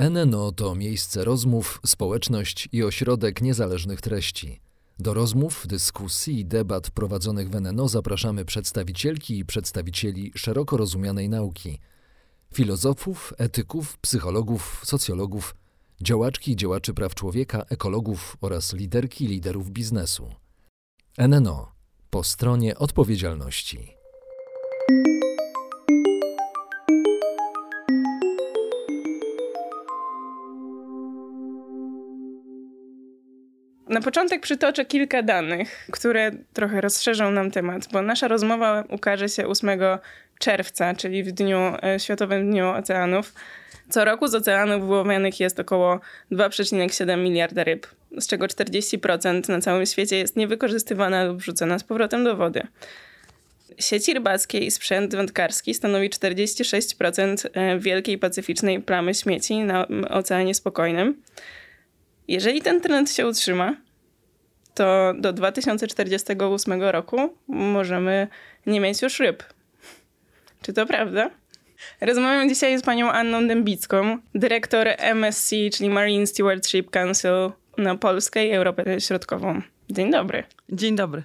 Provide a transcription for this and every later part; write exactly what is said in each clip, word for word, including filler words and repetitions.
N N O to miejsce rozmów, społeczność i ośrodek niezależnych treści. Do rozmów, dyskusji i debat prowadzonych w N N O zapraszamy przedstawicielki i przedstawicieli szeroko rozumianej nauki, filozofów, etyków, psychologów, socjologów, działaczki i działaczy praw człowieka, ekologów oraz liderki i liderów biznesu. N N O po stronie odpowiedzialności. Na początek przytoczę kilka danych, które trochę rozszerzą nam temat, bo nasza rozmowa ukaże się ósmego czerwca, czyli w dniu, Światowym Dniu Oceanów. Co roku z oceanów wyłowionych jest około dwa przecinek siedem miliarda ryb, z czego czterdzieści procent na całym świecie jest niewykorzystywana lub wrzucona z powrotem do wody. Sieci rybackie i sprzęt wędkarski stanowi czterdzieści sześć procent wielkiej pacyficznej plamy śmieci na Oceanie Spokojnym. Jeżeli ten trend się utrzyma, to do dwa tysiące czterdziestego ósmego roku możemy nie mieć już ryb. Czy to prawda? Rozmawiam dzisiaj z panią Anną Dębicką, dyrektor M S C, czyli Marine Stewardship Council na Polskę i Europę Środkową. Dzień dobry. Dzień dobry.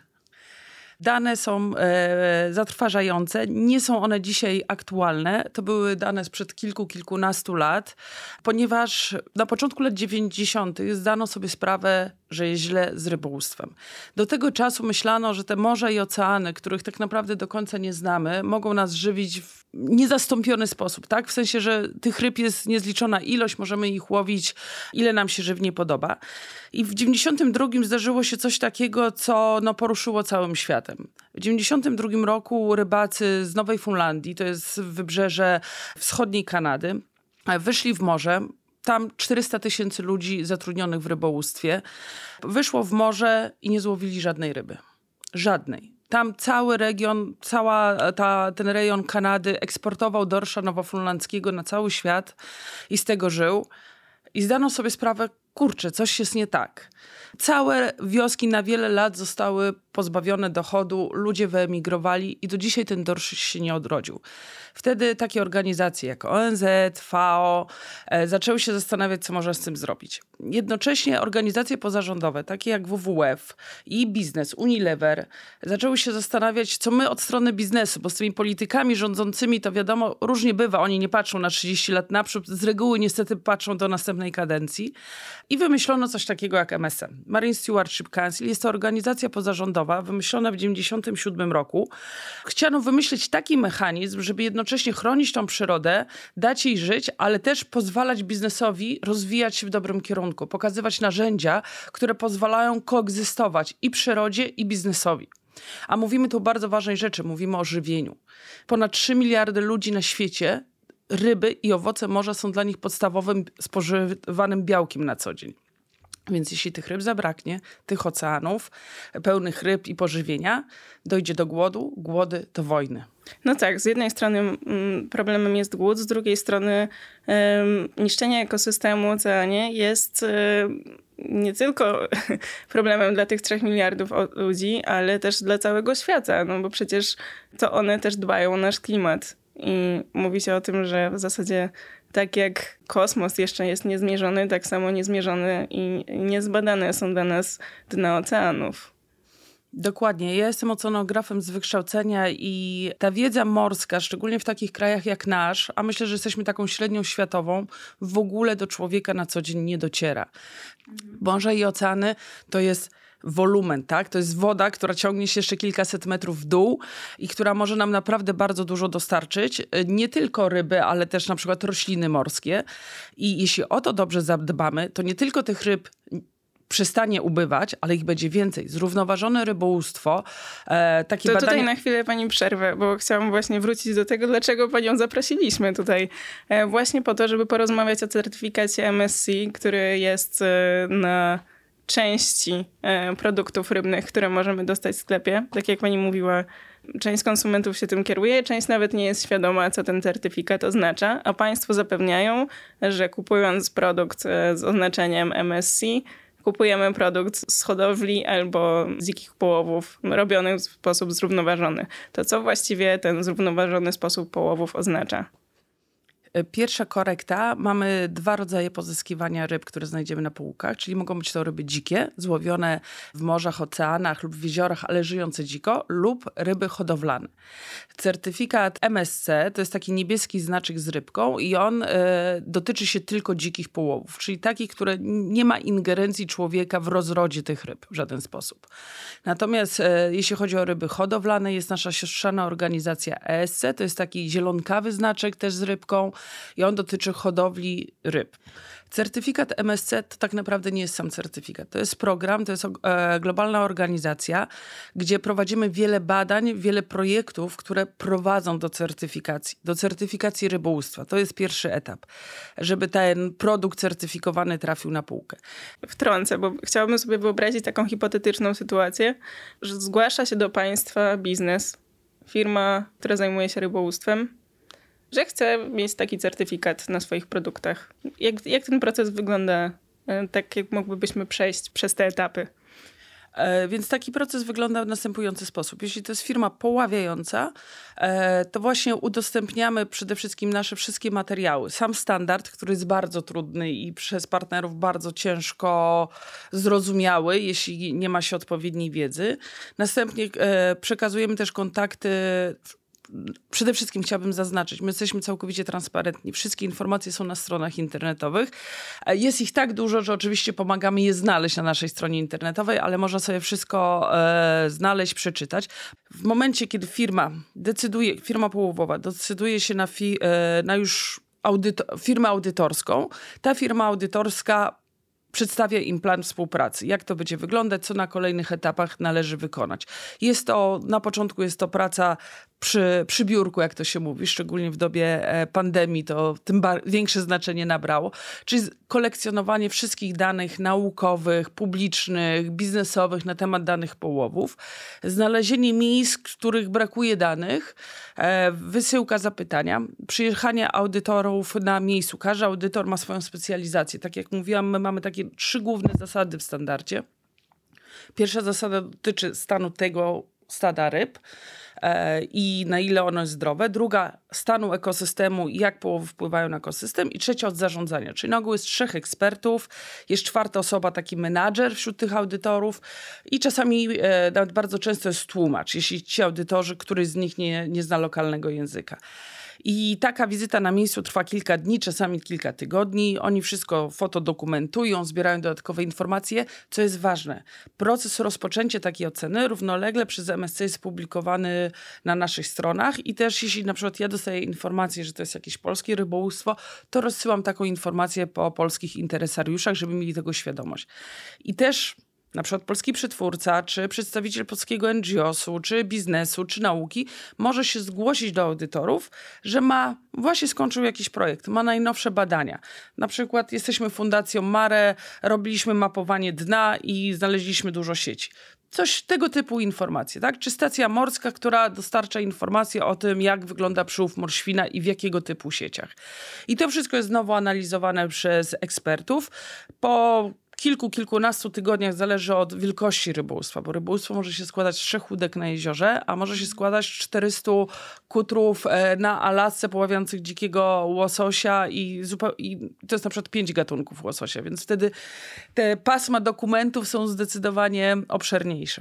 Dane są e, zatrważające. Nie są one dzisiaj aktualne. To były dane sprzed kilku, kilkunastu lat, ponieważ na początku lat dziewięćdziesiątych zdano sobie sprawę, że jest źle z rybołówstwem. Do tego czasu myślano, że te morza i oceany, których tak naprawdę do końca nie znamy, mogą nas żywić w niezastąpiony sposób, tak? W sensie, że tych ryb jest niezliczona ilość, możemy ich łowić, ile nam się żywnie podoba. I w dziewięćdziesiątym drugim zdarzyło się coś takiego, co no, poruszyło całym światem. W dziewięćdziesiątym drugim roku rybacy z Nowej Fundlandii, to jest wybrzeże wschodniej Kanady, wyszli w morze. Tam czterysta tysięcy ludzi zatrudnionych w rybołówstwie wyszło w morze i nie złowili żadnej ryby. Żadnej. Tam cały region, cała ta, ten rejon Kanady eksportował dorsza nowofunlandzkiego na cały świat i z tego żył. I zdano sobie sprawę, kurczę, coś jest nie tak. Całe wioski na wiele lat zostały pozbawione dochodu, ludzie wyemigrowali i do dzisiaj ten dorsz się nie odrodził. Wtedy takie organizacje jak O N Z, F A O e, zaczęły się zastanawiać, co można z tym zrobić. Jednocześnie organizacje pozarządowe, takie jak W W F i biznes, Unilever, zaczęły się zastanawiać, co my od strony biznesu, bo z tymi politykami rządzącymi to wiadomo, różnie bywa, oni nie patrzą na trzydzieści lat naprzód, z reguły niestety patrzą do następnej kadencji. I wymyślono coś takiego jak M S M, Marine Stewardship Council. Jest to organizacja pozarządowa, wymyślona w dziewięćdziesiątym siódmym roku. Chciano wymyślić taki mechanizm, żeby jednocześnie chronić tą przyrodę, dać jej żyć, ale też pozwalać biznesowi rozwijać się w dobrym kierunku, pokazywać narzędzia, które pozwalają koegzystować i przyrodzie, i biznesowi. A mówimy tu o bardzo ważnej rzeczy, mówimy o żywieniu. Ponad trzy miliardy ludzi na świecie, ryby i owoce morza są dla nich podstawowym spożywanym białkiem na co dzień. Więc jeśli tych ryb zabraknie, tych oceanów, pełnych ryb i pożywienia, dojdzie do głodu, głody do wojny. No tak, z jednej strony mm, problemem jest głód, z drugiej strony ym, niszczenie ekosystemu w oceanie jest y, nie tylko problemem dla tych trzech miliardów ludzi, ale też dla całego świata, no bo przecież to one też dbają o nasz klimat. I mówi się o tym, że w zasadzie tak jak kosmos jeszcze jest niezmierzony, tak samo niezmierzone i niezbadane są dla nas dna oceanów. Dokładnie. Ja jestem oceanografem z wykształcenia i ta wiedza morska, szczególnie w takich krajach jak nasz, a myślę, że jesteśmy taką średnią światową, w ogóle do człowieka na co dzień nie dociera. Mhm. Morze i oceany to jest wolumen, tak? To jest woda, która ciągnie się jeszcze kilkaset metrów w dół i która może nam naprawdę bardzo dużo dostarczyć. Nie tylko ryby, ale też na przykład rośliny morskie. I jeśli o to dobrze zadbamy, to nie tylko tych ryb przestanie ubywać, ale ich będzie więcej. Zrównoważone rybołówstwo. E, takie to badania... tutaj na chwilę pani przerwę, bo chciałam właśnie wrócić do tego, dlaczego panią zaprosiliśmy tutaj. E, właśnie po to, żeby porozmawiać o certyfikacie M S C, który jest e, na części e, produktów rybnych, które możemy dostać w sklepie. Tak jak pani mówiła, część konsumentów się tym kieruje, część nawet nie jest świadoma, co ten certyfikat oznacza, a państwo zapewniają, że kupując produkt e, z oznaczeniem M S C, kupujemy produkt z hodowli albo z dzikich połowów robiony w sposób zrównoważony. To co właściwie ten zrównoważony sposób połowów oznacza? Pierwsza korekta. Mamy dwa rodzaje pozyskiwania ryb, które znajdziemy na półkach, czyli mogą być to ryby dzikie, złowione w morzach, oceanach lub w jeziorach, ale żyjące dziko, lub ryby hodowlane. Certyfikat M S C to jest taki niebieski znaczek z rybką i on y, dotyczy się tylko dzikich połowów, czyli takich, które nie ma ingerencji człowieka w rozrodzie tych ryb w żaden sposób. Natomiast y, jeśli chodzi o ryby hodowlane, jest nasza siostrzana organizacja E S C, to jest taki zielonkawy znaczek też z rybką i on dotyczy hodowli ryb. Certyfikat M S C to tak naprawdę nie jest sam certyfikat. To jest program, to jest e, globalna organizacja, gdzie prowadzimy wiele badań, wiele projektów, które prowadzą do certyfikacji, do certyfikacji rybołówstwa. To jest pierwszy etap, żeby ten produkt certyfikowany trafił na półkę. Wtrącę, bo chciałabym sobie wyobrazić taką hipotetyczną sytuację, że zgłasza się do państwa biznes, firma, która zajmuje się rybołówstwem, że chce mieć taki certyfikat na swoich produktach. Jak, jak ten proces wygląda? Tak jak moglibyśmy przejść przez te etapy? E, więc taki proces wygląda w następujący sposób. Jeśli to jest firma poławiająca, e, to właśnie udostępniamy przede wszystkim nasze wszystkie materiały. Sam standard, który jest bardzo trudny i przez partnerów bardzo ciężko zrozumiały, jeśli nie ma się odpowiedniej wiedzy. Następnie e, przekazujemy też kontakty. Przede wszystkim chciałabym zaznaczyć, my jesteśmy całkowicie transparentni. Wszystkie informacje są na stronach internetowych. Jest ich tak dużo, że oczywiście pomagamy je znaleźć na naszej stronie internetowej, ale można sobie wszystko e, znaleźć, przeczytać. W momencie, kiedy firma decyduje, firma połowowa decyduje się na, fi, e, na już audyto, firmę audytorską, ta firma audytorska przedstawia im plan współpracy. Jak to będzie wyglądać, co na kolejnych etapach należy wykonać. Jest to, na początku jest to praca przy, przy biurku, jak to się mówi, szczególnie w dobie pandemii, to tym bar- większe znaczenie nabrało. Czyli kolekcjonowanie wszystkich danych naukowych, publicznych, biznesowych na temat danych połowów, znalezienie miejsc, w których brakuje danych, e, wysyłka zapytania, przyjechanie audytorów na miejscu. Każdy audytor ma swoją specjalizację. Tak jak mówiłam, my mamy takie trzy główne zasady w standardzie. Pierwsza zasada dotyczy stanu tego stada ryb e, i na ile ono jest zdrowe. Druga, stanu ekosystemu i jak połowy wpływają na ekosystem. I trzecia, od zarządzania. Czyli na ogół jest trzech ekspertów, jest czwarta osoba, taki menadżer wśród tych audytorów i czasami, e, nawet bardzo często jest tłumacz, jeśli ci audytorzy, któryś z nich nie, nie zna lokalnego języka. I taka wizyta na miejscu trwa kilka dni, czasami kilka tygodni. Oni wszystko fotodokumentują, zbierają dodatkowe informacje, co jest ważne. Proces rozpoczęcia takiej oceny równolegle przez M S C jest publikowany na naszych stronach i też jeśli na przykład ja dostaję informację, że to jest jakieś polskie rybołówstwo, to rozsyłam taką informację po polskich interesariuszach, żeby mieli tego świadomość. I też na przykład polski przetwórca, czy przedstawiciel polskiego N G O S-u, czy biznesu, czy nauki może się zgłosić do audytorów, że ma, właśnie skończył jakiś projekt, ma najnowsze badania. Na przykład jesteśmy fundacją Mare, robiliśmy mapowanie dna i znaleźliśmy dużo sieci. Coś tego typu informacje, tak? Czy stacja morska, która dostarcza informacje o tym, jak wygląda przyłów morświna i w jakiego typu sieciach. I to wszystko jest znowu analizowane przez ekspertów. Po kilku, kilkunastu tygodniach zależy od wielkości rybołówstwa, bo rybołówstwo może się składać z trzech łódek na jeziorze, a może się składać z czterystu kutrów na Alasce poławiających dzikiego łososia i, zupeł- i to jest na przykład pięć gatunków łososia, więc wtedy te pasma dokumentów są zdecydowanie obszerniejsze.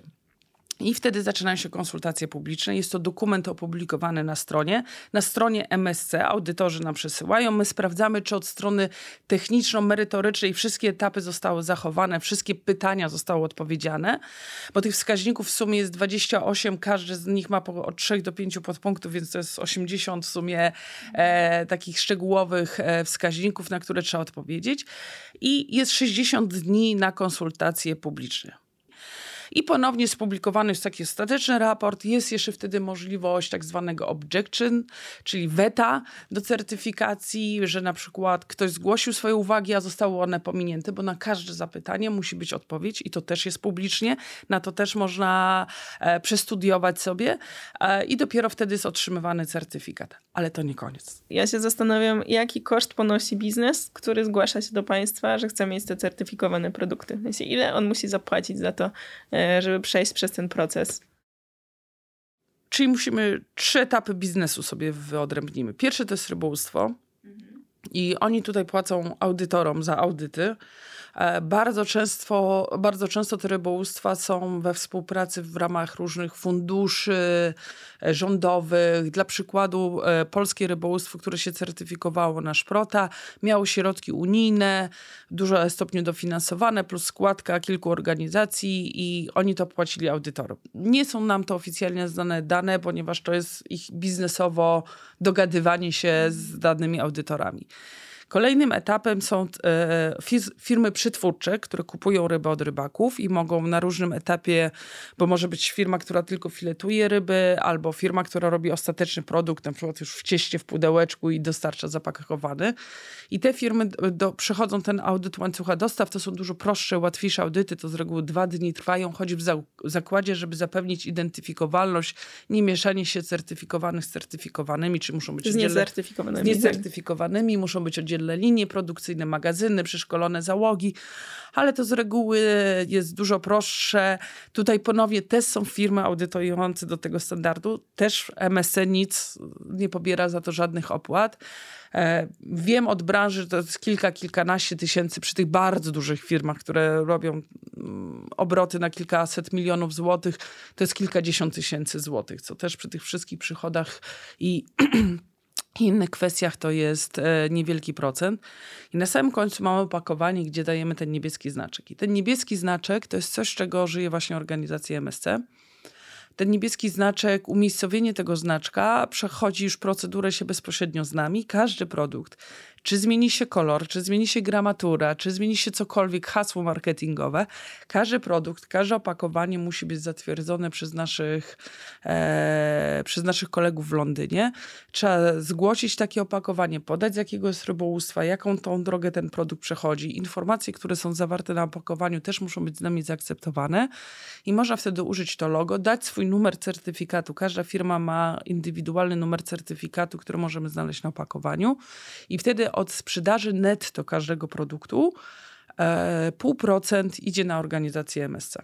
I wtedy zaczynają się konsultacje publiczne. Jest to dokument opublikowany na stronie. Na stronie M S C audytorzy nam przesyłają. My sprawdzamy, czy od strony techniczno-merytorycznej wszystkie etapy zostały zachowane, wszystkie pytania zostały odpowiedziane, bo tych wskaźników w sumie jest dwadzieścia osiem, każdy z nich ma po, od trzech do pięciu podpunktów, więc to jest osiemdziesiąt w sumie e, takich szczegółowych e, wskaźników, na które trzeba odpowiedzieć. I jest sześćdziesiąt dni na konsultacje publiczne. I ponownie jest publikowany jest taki ostateczny raport. Jest jeszcze wtedy możliwość tak zwanego objection, czyli weta do certyfikacji, że na przykład ktoś zgłosił swoje uwagi, a zostały one pominięte, bo na każde zapytanie musi być odpowiedź i to też jest publicznie. Na to też można e, przestudiować sobie e, i dopiero wtedy jest otrzymywany certyfikat. Ale to nie koniec. Ja się zastanawiam, jaki koszt ponosi biznes, który zgłasza się do państwa, że chce mieć te certyfikowane produkty. Ile on musi zapłacić za to, żeby przejść przez ten proces? Czyli musimy trzy etapy biznesu sobie wyodrębnimy. Pierwsze to jest rybołówstwo. Mhm. I oni tutaj płacą audytorom za audyty. Bardzo często, bardzo często te rybołówstwa są we współpracy w ramach różnych funduszy rządowych. Dla przykładu polskie rybołówstwo, które się certyfikowało na Szprota, miało środki unijne, w dużym stopniu dofinansowane, plus składka kilku organizacji i oni to płacili audytorom. Nie są nam to oficjalnie znane dane, ponieważ to jest ich biznesowo dogadywanie się z danymi audytorami. Kolejnym etapem są e, firmy przetwórcze, które kupują rybę od rybaków i mogą na różnym etapie, bo może być firma, która tylko filetuje ryby, albo firma, która robi ostateczny produkt, na przykład już w cieście, w pudełeczku i dostarcza zapakowany. I te firmy do, przechodzą ten audyt łańcucha dostaw. To są dużo prostsze, łatwiejsze audyty. To z reguły dwa dni trwają. Chodzi w za, zakładzie, żeby zapewnić identyfikowalność, nie mieszanie się certyfikowanych z certyfikowanymi, czy muszą być z niecertyfikowanymi. Z niecertyfikowanymi muszą być oddzielne linie produkcyjne, magazyny, przeszkolone załogi, ale to z reguły jest dużo prostsze. Tutaj ponownie też są firmy audytujące do tego standardu. Też M S C nic nie pobiera za to żadnych opłat. Wiem od branży, że to jest kilka, kilkanaście tysięcy przy tych bardzo dużych firmach, które robią obroty na kilkaset milionów złotych, to jest kilkadziesiąt tysięcy złotych, co też przy tych wszystkich przychodach i w innych kwestiach to jest e, niewielki procent. I na samym końcu mamy opakowanie, gdzie dajemy ten niebieski znaczek. I ten niebieski znaczek to jest coś, z czego żyje właśnie organizacja M S C. Ten niebieski znaczek, umiejscowienie tego znaczka przechodzi już procedurę się bezpośrednio z nami. Każdy produkt, czy zmieni się kolor, czy zmieni się gramatura, czy zmieni się cokolwiek, hasło marketingowe, każdy produkt, każde opakowanie musi być zatwierdzone przez naszych, e, przez naszych kolegów w Londynie. Trzeba zgłosić takie opakowanie, podać z jakiego jest rybołówstwa, jaką tą drogę ten produkt przechodzi. Informacje, które są zawarte na opakowaniu, też muszą być z nami zaakceptowane i można wtedy użyć to logo, dać swój numer certyfikatu. Każda firma ma indywidualny numer certyfikatu, który możemy znaleźć na opakowaniu i wtedy od sprzedaży netto każdego produktu e, pół procent idzie na organizację M S C.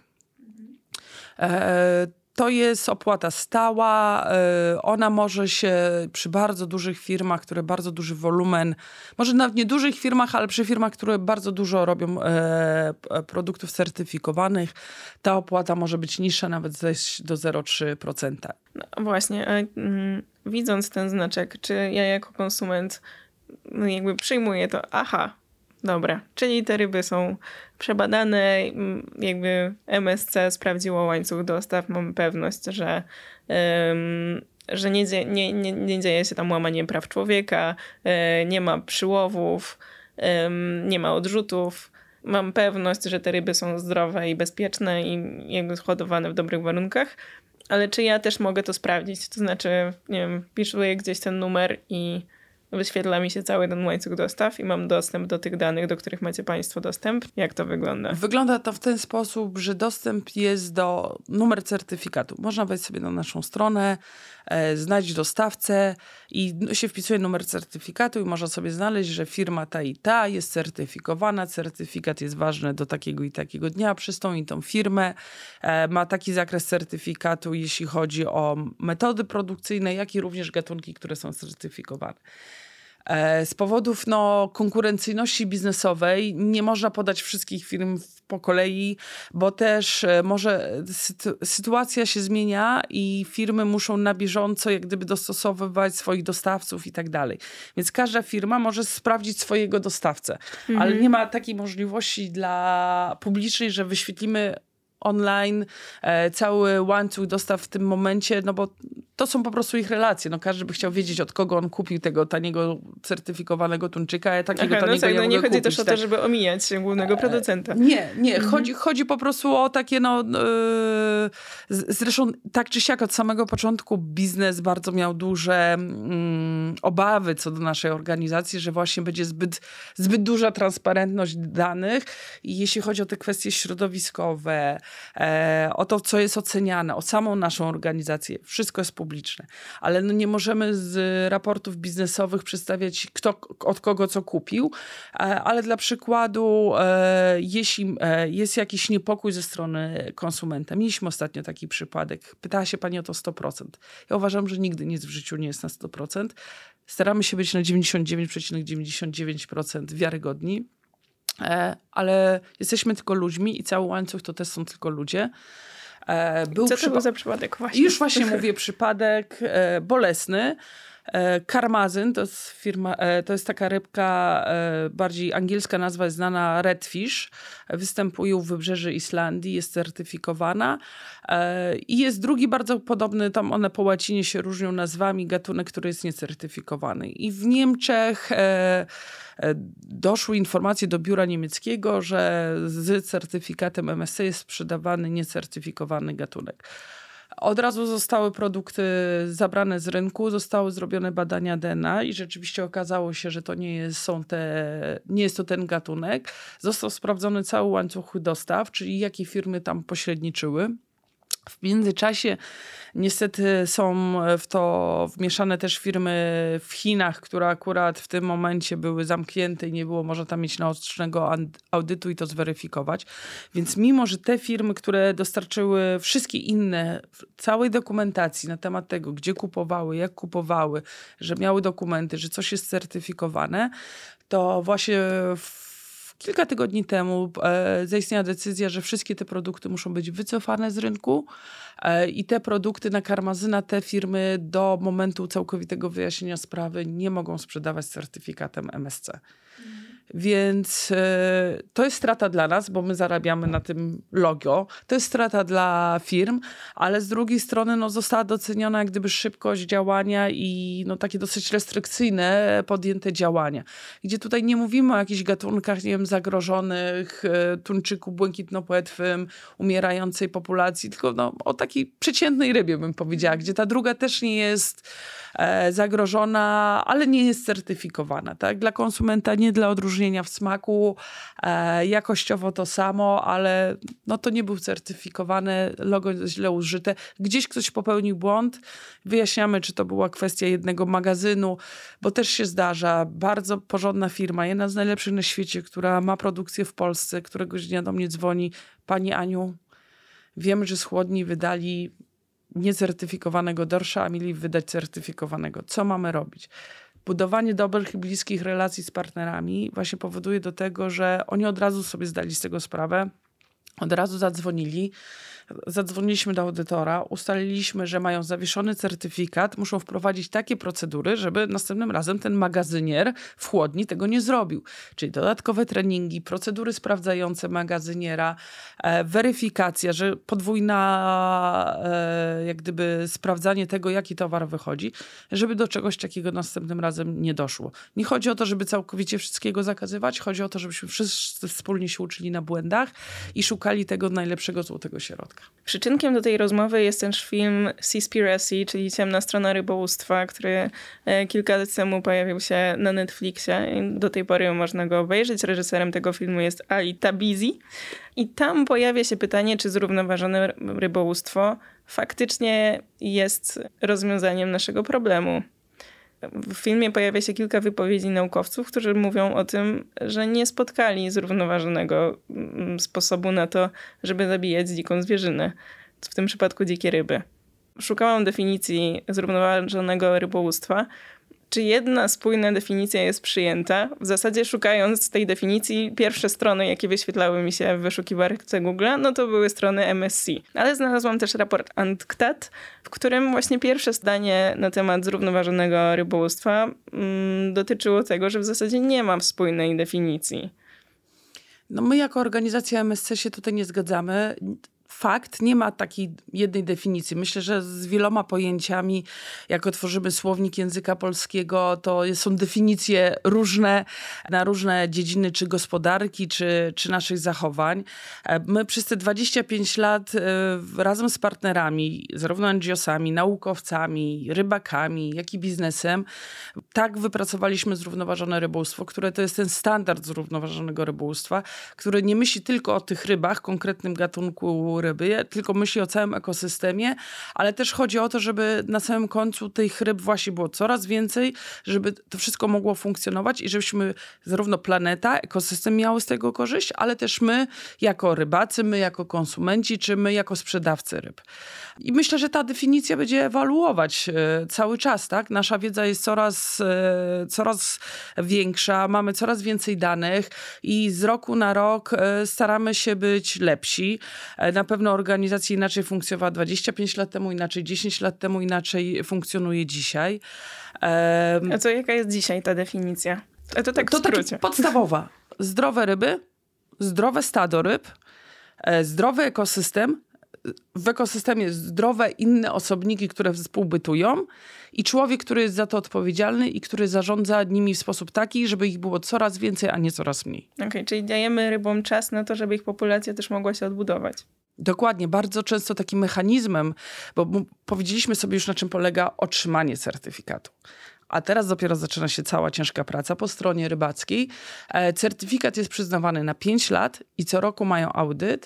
E, to jest opłata stała. E, ona może się przy bardzo dużych firmach, które bardzo duży wolumen, może nawet nie dużych firmach, ale przy firmach, które bardzo dużo robią e, produktów certyfikowanych, ta opłata może być niższa, nawet zejść do zero przecinek trzy procent. No właśnie, a, mm, widząc ten znaczek, czy ja jako konsument no jakby przyjmuję to, aha, dobra, czyli te ryby są przebadane, jakby M S C sprawdziło łańcuch dostaw, mamy pewność, że, um, że nie, dzie- nie, nie, nie dzieje się tam łamanie praw człowieka, um, nie ma przyłowów, um, nie ma odrzutów. Mam pewność, że te ryby są zdrowe i bezpieczne i jakby hodowane w dobrych warunkach, ale czy ja też mogę to sprawdzić? To znaczy, nie wiem, wpisuję gdzieś ten numer i wyświetla mi się cały ten łańcuch dostaw i mam dostęp do tych danych, do których macie państwo dostęp. Jak to wygląda? Wygląda to w ten sposób, że dostęp jest do numer certyfikatu. Można wejść sobie na naszą stronę, e, znaleźć dostawcę i się wpisuje numer certyfikatu i można sobie znaleźć, że firma ta i ta jest certyfikowana. Certyfikat jest ważny do takiego i takiego dnia przez tą i tą firmę. E, ma taki zakres certyfikatu, jeśli chodzi o metody produkcyjne, jak i również gatunki, które są certyfikowane. Z powodów no, konkurencyjności biznesowej nie można podać wszystkich firm po kolei, bo też może sytu- sytuacja się zmienia i firmy muszą na bieżąco jak gdyby dostosowywać swoich dostawców i tak dalej. Więc każda firma może sprawdzić swojego dostawcę, mhm. ale nie ma takiej możliwości dla publicznej, że wyświetlimy online e, cały łańcuch dostaw w tym momencie, no bo to są po prostu ich relacje. No każdy by chciał wiedzieć, od kogo on kupił tego taniego, certyfikowanego tuńczyka, a takiego Aha, taniego no, nie no nie chodzi kupić, też o tak. to, żeby omijać głównego producenta. Nie, nie. Mhm. Chodzi, chodzi po prostu o takie, no yy, zresztą tak czy siak od samego początku biznes bardzo miał duże mm, obawy co do naszej organizacji, że właśnie będzie zbyt, zbyt duża transparentność danych i jeśli chodzi o te kwestie środowiskowe, e, o to, co jest oceniane, o samą naszą organizację, wszystko jest publiczne. Ale no nie możemy z raportów biznesowych przedstawiać, kto od kogo co kupił, ale dla przykładu, jeśli jest jakiś niepokój ze strony konsumenta, mieliśmy ostatnio taki przypadek, pytała się pani o to sto procent. Ja uważam, że nigdy nic w życiu nie jest na sto procent. Staramy się być na dziewięćdziesiąt dziewięć przecinek dziewięćdziesiąt dziewięć procent wiarygodni, ale jesteśmy tylko ludźmi i cały łańcuch to też są tylko ludzie. Był Co to przypa- był za przypadek? Właśnie. Już właśnie mówię, przypadek e, bolesny. E, karmazyn to jest firma, e, to jest taka rybka, e, bardziej angielska nazwa jest znana, redfish. Występuje u wybrzeży Islandii, jest certyfikowana. E, I jest drugi bardzo podobny, tam one po łacinie się różnią nazwami, gatunek, który jest niecertyfikowany. I w Niemczech e, doszły informacje do biura niemieckiego, że z certyfikatem M S C jest sprzedawany niecertyfikowany gatunek. Od razu zostały produkty zabrane z rynku, zostały zrobione badania D N A i rzeczywiście okazało się, że to nie jest, są te, nie jest to ten gatunek. Został sprawdzony cały łańcuch dostaw, czyli jakie firmy tam pośredniczyły. W międzyczasie niestety są w to wmieszane też firmy w Chinach, które akurat w tym momencie były zamknięte i nie było można tam mieć naocznego audytu i to zweryfikować. Więc mimo, że te firmy, które dostarczyły wszystkie inne całej dokumentacji na temat tego, gdzie kupowały, jak kupowały, że miały dokumenty, że coś jest certyfikowane, to właśnie w Kilka tygodni temu e, zaistniała decyzja, że wszystkie te produkty muszą być wycofane z rynku e, i te produkty na karmazyna, te firmy do momentu całkowitego wyjaśnienia sprawy nie mogą sprzedawać z certyfikatem M S C. Mhm. Więc e, to jest strata dla nas, bo my zarabiamy na tym logo. To jest strata dla firm, ale z drugiej strony no, została doceniona jak gdyby szybkość działania i no, takie dosyć restrykcyjne podjęte działania. Gdzie tutaj nie mówimy o jakichś gatunkach, nie wiem, zagrożonych, e, tuńczyku błękitnopłetwym, umierającej populacji, tylko no, o takiej przeciętnej rybie bym powiedziała, gdzie ta druga też nie jest e, zagrożona, ale nie jest certyfikowana. Tak? Dla konsumenta, nie dla odróżnienia w smaku, e, jakościowo to samo, ale no to nie był certyfikowany, logo źle użyte. Gdzieś ktoś popełnił błąd. Wyjaśniamy, czy to była kwestia jednego magazynu, bo też się zdarza. Bardzo porządna firma, jedna z najlepszych na świecie, która ma produkcję w Polsce, któregoś dnia do mnie dzwoni. Pani Aniu, wiemy, że z chłodni wydali niecertyfikowanego dorsza, a mieli wydać certyfikowanego. Co mamy robić? Budowanie dobrych i bliskich relacji z partnerami właśnie powoduje do tego, że oni od razu sobie zdali z tego sprawę, od razu zadzwonili. Zadzwoniliśmy do audytora, ustaliliśmy, że mają zawieszony certyfikat, muszą wprowadzić takie procedury, żeby następnym razem ten magazynier w chłodni tego nie zrobił. Czyli dodatkowe treningi, procedury sprawdzające magazyniera, e, weryfikacja, że podwójna e, jak gdyby sprawdzanie tego, jaki towar wychodzi, żeby do czegoś takiego następnym razem nie doszło. Nie chodzi o to, żeby całkowicie wszystkiego zakazywać, chodzi o to, żebyśmy wszyscy wspólnie się uczyli na błędach i szukali tego najlepszego złotego środka. Przyczynkiem do tej rozmowy jest też film Seaspiracy, czyli Ciemna strona rybołówstwa, który kilka lat temu pojawił się na Netflixie i do tej pory można go obejrzeć. Reżyserem tego filmu jest Ali Tabizi i tam pojawia się pytanie, czy zrównoważone rybołówstwo faktycznie jest rozwiązaniem naszego problemu. W filmie pojawia się kilka wypowiedzi naukowców, którzy mówią o tym, że nie spotkali zrównoważonego sposobu na to, żeby zabijać dziką zwierzynę. W tym przypadku dzikie ryby. Szukałam definicji zrównoważonego rybołówstwa. Czy jedna spójna definicja jest przyjęta? W zasadzie szukając tej definicji, pierwsze strony, jakie wyświetlały mi się w wyszukiwarce Google, no to były strony M S C. Ale znalazłam też raport UNCTAD, w którym właśnie pierwsze zdanie na temat zrównoważonego rybołówstwa mm, dotyczyło tego, że w zasadzie nie ma spójnej definicji. No my jako organizacja M S C się tutaj nie zgadzamy. Fakt, nie ma takiej jednej definicji. Myślę, że z wieloma pojęciami, jak otworzymy słownik języka polskiego, to są definicje różne na różne dziedziny, czy gospodarki, czy, czy naszych zachowań. My przez te dwadzieścia pięć lat razem z partnerami, zarówno N G O sami, naukowcami, rybakami, jak i biznesem, tak wypracowaliśmy zrównoważone rybołówstwo, które to jest ten standard zrównoważonego rybołówstwa, który nie myśli tylko o tych rybach, konkretnym gatunku ryby, tylko myśli o całym ekosystemie, ale też chodzi o to, żeby na samym końcu tych ryb właśnie było coraz więcej, żeby to wszystko mogło funkcjonować i żebyśmy zarówno planeta, ekosystem miały z tego korzyść, ale też my jako rybacy, my jako konsumenci, czy my jako sprzedawcy ryb. I myślę, że ta definicja będzie ewoluować e, cały czas, tak? Nasza wiedza jest coraz, e, coraz większa, mamy coraz więcej danych i z roku na rok e, staramy się być lepsi. E, na pewno organizacja inaczej funkcjonowała dwadzieścia pięć lat temu, inaczej dziesięć lat temu, inaczej funkcjonuje dzisiaj. E, A co, jaka jest dzisiaj ta definicja? A to tak to w skrócie. Podstawowa. Zdrowe ryby, zdrowe stado ryb, e, zdrowy ekosystem, w ekosystemie zdrowe inne osobniki, które współbytują i człowiek, który jest za to odpowiedzialny i który zarządza nimi w sposób taki, żeby ich było coraz więcej, a nie coraz mniej. Okej, okay, czyli dajemy rybom czas na to, żeby ich populacja też mogła się odbudować. Dokładnie. Bardzo często takim mechanizmem, bo powiedzieliśmy sobie już, na czym polega otrzymanie certyfikatu. A teraz dopiero zaczyna się cała ciężka praca po stronie rybackiej. Certyfikat jest przyznawany na pięć lat i co roku mają audyt.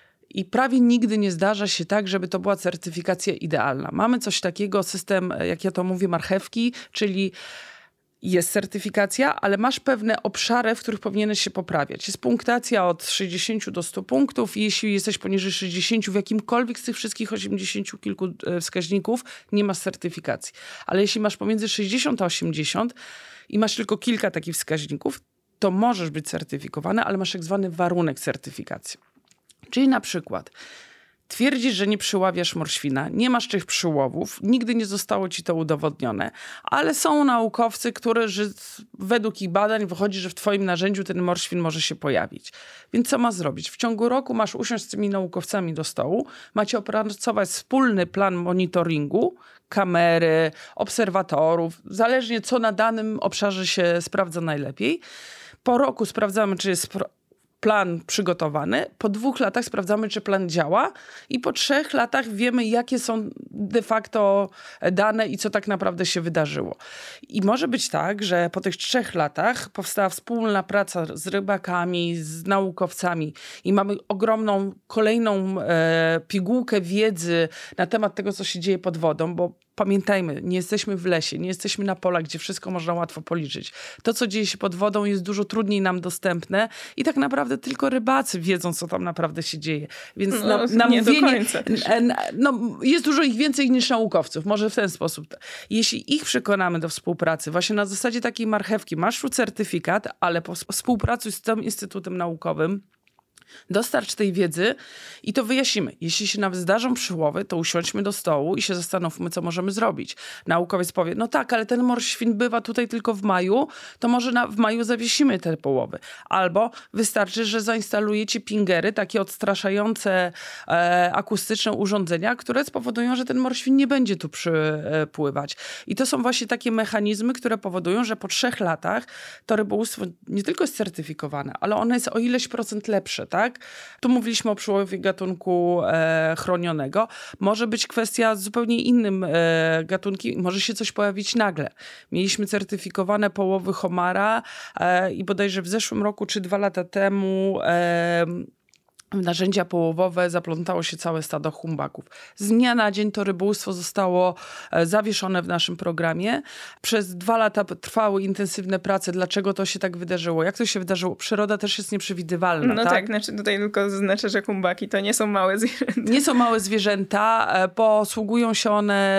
I prawie nigdy nie zdarza się tak, żeby to była certyfikacja idealna. Mamy coś takiego, system, jak ja to mówię, marchewki, czyli jest certyfikacja, ale masz pewne obszary, w których powinieneś się poprawiać. Jest punktacja od sześćdziesięciu do stu punktów i jeśli jesteś poniżej sześćdziesięciu w jakimkolwiek z tych wszystkich osiemdziesięciu kilku wskaźników, nie masz certyfikacji. Ale jeśli masz pomiędzy sześćdziesiąt a osiemdziesiąt i masz tylko kilka takich wskaźników, to możesz być certyfikowany, ale masz tak zwany warunek certyfikacji. Czyli na przykład twierdzisz, że nie przyławiasz morświna, nie masz tych przyłowów, nigdy nie zostało ci to udowodnione, ale są naukowcy, którzy według ich badań wychodzi, że w twoim narzędziu ten morświn może się pojawić. Więc co ma zrobić? W ciągu roku masz usiąść z tymi naukowcami do stołu, macie opracować wspólny plan monitoringu, kamery, obserwatorów, zależnie co na danym obszarze się sprawdza najlepiej. Po roku sprawdzamy, czy jest plan przygotowany, po dwóch latach sprawdzamy, czy plan działa i po trzech latach wiemy, jakie są de facto dane i co tak naprawdę się wydarzyło. I może być tak, że po tych trzech latach powstała wspólna praca z rybakami, z naukowcami i mamy ogromną kolejną e, pigułkę wiedzy na temat tego, co się dzieje pod wodą, bo pamiętajmy, nie jesteśmy w lesie, nie jesteśmy na polach, gdzie wszystko można łatwo policzyć. To, co dzieje się pod wodą, jest dużo trudniej nam dostępne i tak naprawdę tylko rybacy wiedzą, co tam naprawdę się dzieje. Więc no, na, na nie mówienie, do końca też. no, jest dużo ich więcej niż naukowców. Może w ten sposób. Jeśli ich przekonamy do współpracy, właśnie na zasadzie takiej marchewki, masz tu certyfikat, ale po współpracuj z tym instytutem naukowym, dostarcz tej wiedzy i to wyjaśnimy. Jeśli się nawet zdarzą przyłowy, to usiądźmy do stołu i się zastanówmy, co możemy zrobić. Naukowiec powie, no tak, ale ten morświn bywa tutaj tylko w maju, to może na, w maju zawiesimy te połowy. Albo wystarczy, że zainstalujecie pingery, takie odstraszające e, akustyczne urządzenia, które spowodują, że ten morświn nie będzie tu przypływać. I to są właśnie takie mechanizmy, które powodują, że po trzech latach to rybołówstwo nie tylko jest certyfikowane, ale ono jest o ileś procent lepsze, tak? Tak? Tu mówiliśmy o przyłowie gatunku e, chronionego. Może być kwestia z zupełnie innym e, gatunkiem. Może się coś pojawić nagle. Mieliśmy certyfikowane połowy homara e, i bodajże w zeszłym roku czy dwa lata temu e, narzędzia połowowe zaplątało się całe stado humbaków. Z dnia na dzień to rybołówstwo zostało zawieszone w naszym programie. Przez dwa lata trwały intensywne prace. Dlaczego to się tak wydarzyło? Jak to się wydarzyło? Przyroda też jest nieprzewidywalna. No tak, tak, znaczy tutaj tylko zaznaczę, że humbaki to nie są małe zwierzęta. Nie są małe zwierzęta. Posługują się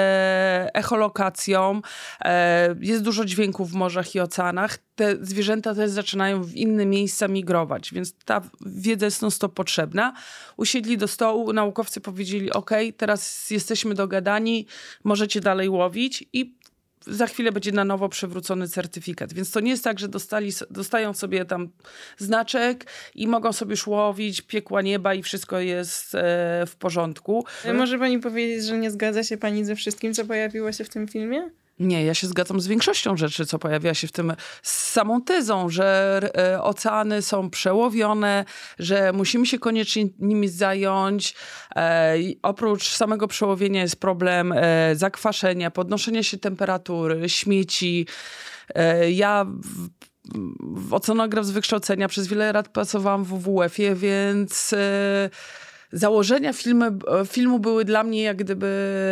one echolokacją. Jest dużo dźwięków w morzach i oceanach. Te zwierzęta też zaczynają w inne miejsca migrować, więc ta wiedza jest non-stop potrzebna. Usiedli do stołu, naukowcy powiedzieli, ok, teraz jesteśmy dogadani, możecie dalej łowić i za chwilę będzie na nowo przywrócony certyfikat. Więc to nie jest tak, że dostali, dostają sobie tam znaczek i mogą sobie już łowić piekła nieba i wszystko jest e, w porządku. Może pani powiedzieć, że nie zgadza się pani ze wszystkim, co pojawiło się w tym filmie? Nie, ja się zgadzam z większością rzeczy, co pojawia się w tym, z samą tezą, że e, oceany są przełowione, że musimy się koniecznie nimi zająć. E, oprócz samego przełowienia jest problem e, zakwaszenia, podnoszenia się temperatury, śmieci. E, ja w, w oceanograf z wykształcenia przez wiele lat pracowałam w W W F-ie, więc... E, założenia filmy, filmu były dla mnie jak gdyby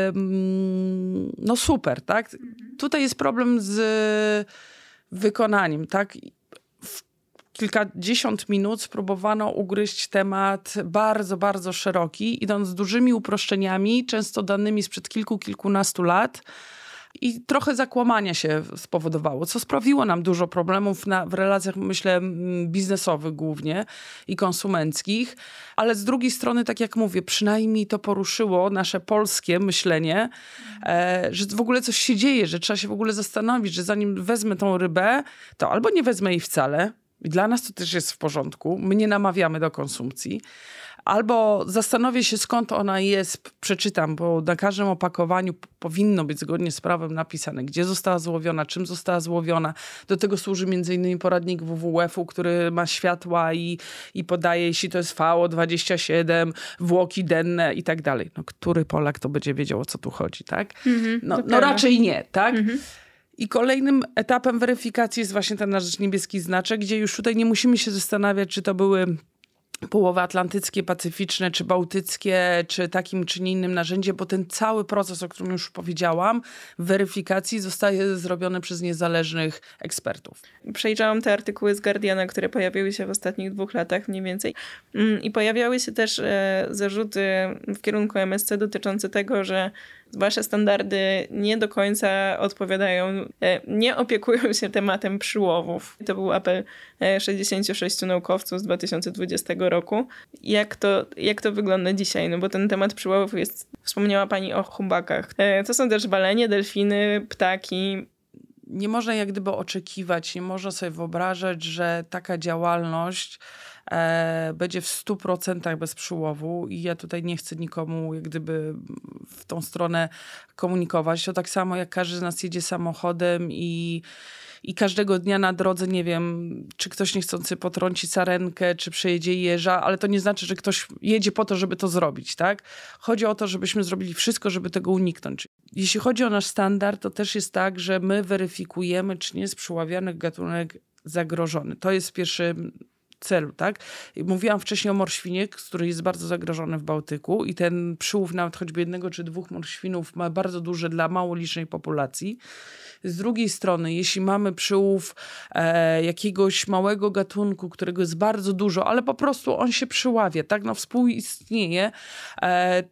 no super, tak? Tutaj jest problem z wykonaniem, tak? W kilkadziesiąt minut spróbowano ugryźć temat bardzo, bardzo szeroki, idąc dużymi uproszczeniami, często danymi sprzed kilku, kilkunastu lat. I trochę zakłamania się spowodowało, co sprawiło nam dużo problemów na, w relacjach, myślę, biznesowych głównie i konsumenckich. Ale z drugiej strony, tak jak mówię, przynajmniej to poruszyło nasze polskie myślenie, e, że w ogóle coś się dzieje, że trzeba się w ogóle zastanowić, że zanim wezmę tą rybę, to albo nie wezmę jej wcale. I dla nas to też jest w porządku. My nie namawiamy do konsumpcji. Albo zastanowię się, skąd ona jest, przeczytam, bo na każdym opakowaniu powinno być zgodnie z prawem napisane, gdzie została złowiona, czym została złowiona. Do tego służy między innymi poradnik W W F-u, który ma światła i, i podaje, jeśli to jest V O dwadzieścia siedem, włoki denne i tak dalej. No, który Polak to będzie wiedział, o co tu chodzi, tak? Mm-hmm, no, no raczej nie, tak? Mm-hmm. I kolejnym etapem weryfikacji jest właśnie ten nasz niebieski znaczek, gdzie już tutaj nie musimy się zastanawiać, czy to były połowy atlantyckie, pacyficzne, czy bałtyckie, czy takim, czy innym narzędzie, bo ten cały proces, o którym już powiedziałam, weryfikacji zostaje zrobiony przez niezależnych ekspertów. Przejrzałam te artykuły z Guardiana, które pojawiły się w ostatnich dwóch latach mniej więcej i pojawiały się też e, zarzuty w kierunku M S C dotyczące tego, że wasze standardy nie do końca odpowiadają, nie opiekują się tematem przyłowów. To był apel sześćdziesięciu sześciu naukowców z dwa tysiące dwudziestego roku. Jak to, jak to wygląda dzisiaj? No bo ten temat przyłowów jest, wspomniała pani o humbakach. To są też walenie, delfiny, ptaki. Nie można jak gdyby oczekiwać, nie można sobie wyobrażać, że taka działalność e, będzie w stu procentach bez przyłowu i ja tutaj nie chcę nikomu jak gdyby w tą stronę komunikować. To tak samo jak każdy z nas jedzie samochodem i I każdego dnia na drodze, nie wiem, czy ktoś niechcący potrąci sarenkę, czy przejedzie jeża, ale to nie znaczy, że ktoś jedzie po to, żeby to zrobić, tak? Chodzi o to, żebyśmy zrobili wszystko, żeby tego uniknąć. Jeśli chodzi o nasz standard, to też jest tak, że my weryfikujemy, czy nie jest przyławiany gatunek zagrożony. To jest pierwszy celu, tak? Mówiłam wcześniej o morświnie, który jest bardzo zagrożony w Bałtyku i ten przyłów nawet choćby jednego czy dwóch morświnów ma bardzo duży dla mało licznej populacji. Z drugiej strony, jeśli mamy przyłów e, jakiegoś małego gatunku, którego jest bardzo dużo, ale po prostu on się przyławia, tak? No współistnieje, e,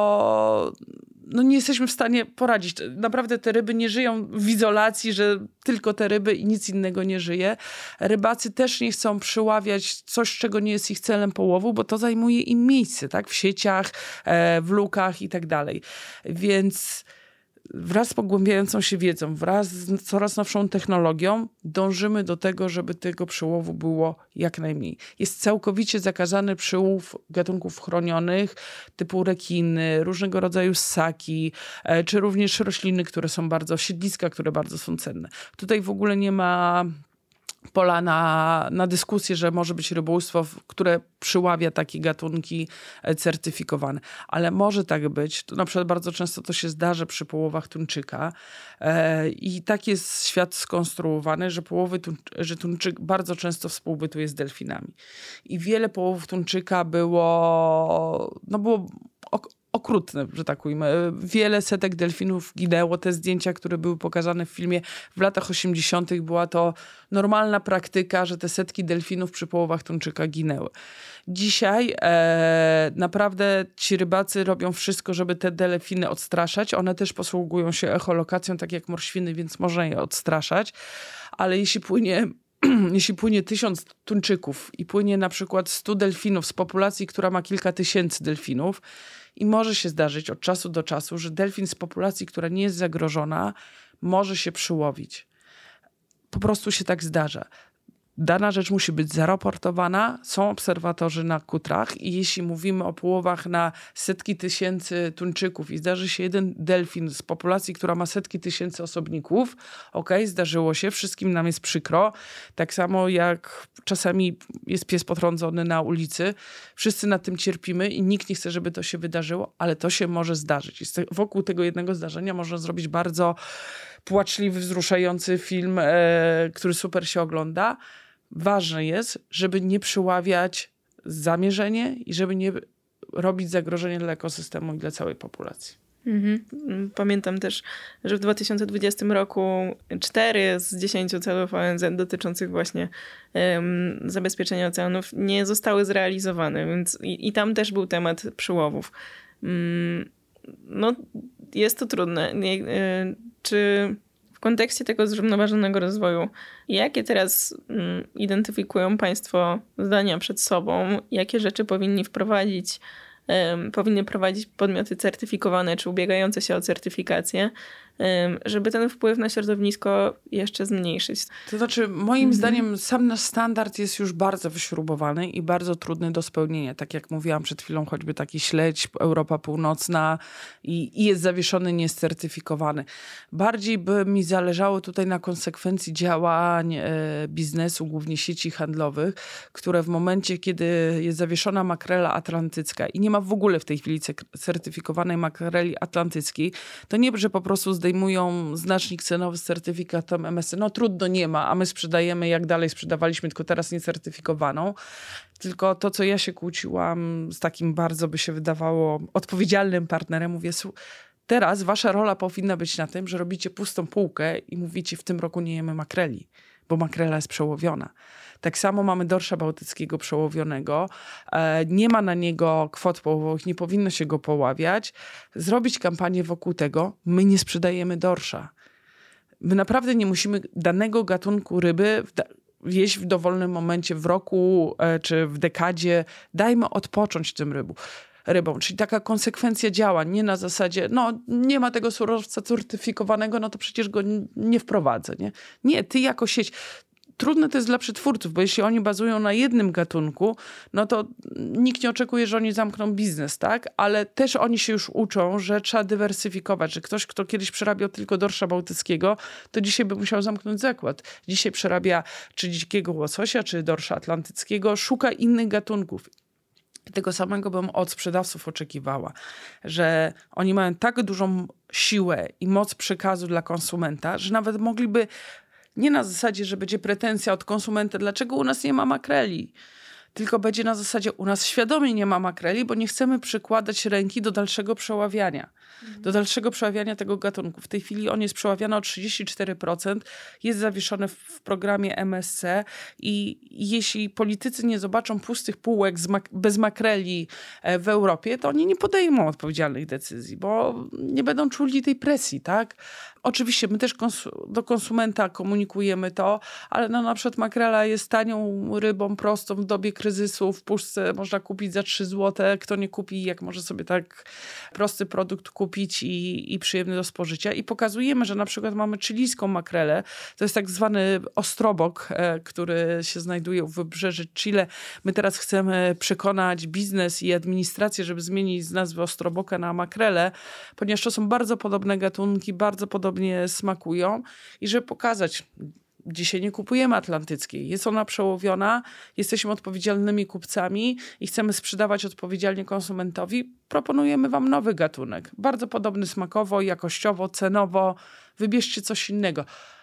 to no nie jesteśmy w stanie poradzić. Naprawdę te ryby nie żyją w izolacji, że tylko te ryby i nic innego nie żyje. Rybacy też nie chcą przyławiać coś, czego nie jest ich celem połowu, bo to zajmuje im miejsce, tak? W sieciach, e, w lukach i tak dalej. Więc wraz z pogłębiającą się wiedzą, wraz z coraz nowszą technologią dążymy do tego, żeby tego przyłowu było jak najmniej. Jest całkowicie zakazany przyłów gatunków chronionych typu rekiny, różnego rodzaju ssaki, czy również rośliny, które są bardzo, siedliska, które bardzo są cenne. Tutaj w ogóle nie ma pola na, na dyskusję, że może być rybołówstwo, które przyławia takie gatunki certyfikowane. Ale może tak być. To na przykład bardzo często to się zdarza przy połowach tuńczyka e, i tak jest świat skonstruowany, że, połowy tuń, że tuńczyk bardzo często współbytuje z delfinami. I wiele połowów tuńczyka było, no było ok, okrutne, że tak ujmę. Wiele setek delfinów ginęło. Te zdjęcia, które były pokazane w filmie w latach osiemdziesiątych była to normalna praktyka, że te setki delfinów przy połowach tuńczyka ginęły. Dzisiaj e, naprawdę ci rybacy robią wszystko, żeby te delfiny odstraszać. One też posługują się echolokacją, tak jak morświny, więc można je odstraszać. Ale jeśli płynie jeśli płynie tysiąc tuńczyków i płynie na przykład stu delfinów z populacji, która ma kilka tysięcy delfinów, i może się zdarzyć od czasu do czasu, że delfin z populacji, która nie jest zagrożona, może się przyłowić. Po prostu się tak zdarza. Dana rzecz musi być zaraportowana, są obserwatorzy na kutrach i jeśli mówimy o połowach na setki tysięcy tuńczyków i zdarzy się jeden delfin z populacji, która ma setki tysięcy osobników, okej, okay, zdarzyło się, wszystkim nam jest przykro. Tak samo jak czasami jest pies potrącony na ulicy, wszyscy nad tym cierpimy i nikt nie chce, żeby to się wydarzyło, ale to się może zdarzyć. I wokół tego jednego zdarzenia można zrobić bardzo płaczliwy, wzruszający film, e, który super się ogląda. Ważne jest, żeby nie przyławiać zamierzenie i żeby nie robić zagrożenie dla ekosystemu i dla całej populacji. Mhm. Pamiętam też, że w dwa tysiące dwudziestym roku cztery z dziesięciu celów O N Z dotyczących właśnie um, zabezpieczenia oceanów nie zostały zrealizowane, więc i, i tam też był temat przyłowów. Um, no, jest to trudne. Nie, y, czy w kontekście tego zrównoważonego rozwoju, jakie teraz um, identyfikują państwo zadania przed sobą, jakie rzeczy powinni wprowadzić, Um, powinny prowadzić podmioty certyfikowane czy ubiegające się o certyfikację, um, żeby ten wpływ na środowisko jeszcze zmniejszyć. To znaczy, moim mhm. zdaniem sam nasz standard jest już bardzo wyśrubowany i bardzo trudny do spełnienia. Tak jak mówiłam przed chwilą, choćby taki śledź Europa Północna i, i jest zawieszony, nie jest certyfikowany. Bardziej by mi zależało tutaj na konsekwencji działań e, biznesu, głównie sieci handlowych, które w momencie, kiedy jest zawieszona makrela atlantycka i nie ma w ogóle w tej chwili certyfikowanej makreli atlantyckiej, to nie, że po prostu zdejmują znacznik cenowy z certyfikatem M S C. No trudno, nie ma, a my sprzedajemy jak dalej sprzedawaliśmy, tylko teraz niecertyfikowaną. Tylko to, co ja się kłóciłam z takim bardzo, by się wydawało, odpowiedzialnym partnerem, mówię, teraz wasza rola powinna być na tym, że robicie pustą półkę i mówicie, w tym roku nie jemy makreli, bo makrela jest przełowiona. Tak samo mamy dorsza bałtyckiego przełowionego. E, nie ma na niego kwot połowowych, nie powinno się go poławiać. Zrobić kampanię wokół tego, my nie sprzedajemy dorsza. My naprawdę nie musimy danego gatunku ryby w da- jeść w dowolnym momencie w roku e, czy w dekadzie. Dajmy odpocząć tym rybu. rybą. Czyli taka konsekwencja działań, nie na zasadzie, no nie ma tego surowca certyfikowanego, no to przecież go nie wprowadzę. Nie, nie ty jako sieć... Trudne to jest dla przetwórców, bo jeśli oni bazują na jednym gatunku, no to nikt nie oczekuje, że oni zamkną biznes, tak? Ale też oni się już uczą, że trzeba dywersyfikować, że ktoś, kto kiedyś przerabiał tylko dorsza bałtyckiego, to dzisiaj by musiał zamknąć zakład. Dzisiaj przerabia czy dzikiego łososia, czy dorsza atlantyckiego, szuka innych gatunków. Tego samego bym od sprzedawców oczekiwała, że oni mają tak dużą siłę i moc przekazu dla konsumenta, że nawet mogliby nie na zasadzie, że będzie pretensja od konsumenta, dlaczego u nas nie ma makreli, tylko będzie na zasadzie, u nas świadomie nie ma makreli, bo nie chcemy przykładać ręki do dalszego przeławiania. Mhm. Do dalszego przeławiania tego gatunku. W tej chwili on jest przeławiany o trzydzieści cztery procent, jest zawieszony w, w programie M S C i jeśli politycy nie zobaczą pustych półek z mak- bez makreli w Europie, to oni nie podejmą odpowiedzialnych decyzji, bo nie będą czuli tej presji, tak? Oczywiście my też kons- do konsumenta komunikujemy to, ale no, na przykład makrela jest tanią rybą prostą w dobie kryzysu. W puszce można kupić za trzy złote. Kto nie kupi, jak może sobie tak prosty produkt kupić i, i przyjemny do spożycia. I pokazujemy, że na przykład mamy chilijską makrelę. To jest tak zwany ostrobok, e, który się znajduje u wybrzeży Chile. My teraz chcemy przekonać biznes i administrację, żeby zmienić z nazwy ostroboka na makrelę, ponieważ to są bardzo podobne gatunki, bardzo podobnie smakują i żeby pokazać, dzisiaj nie kupujemy atlantyckiej, jest ona przełowiona, jesteśmy odpowiedzialnymi kupcami i chcemy sprzedawać odpowiedzialnie konsumentowi, proponujemy wam nowy gatunek, bardzo podobny smakowo, jakościowo, cenowo, wybierzcie coś innego.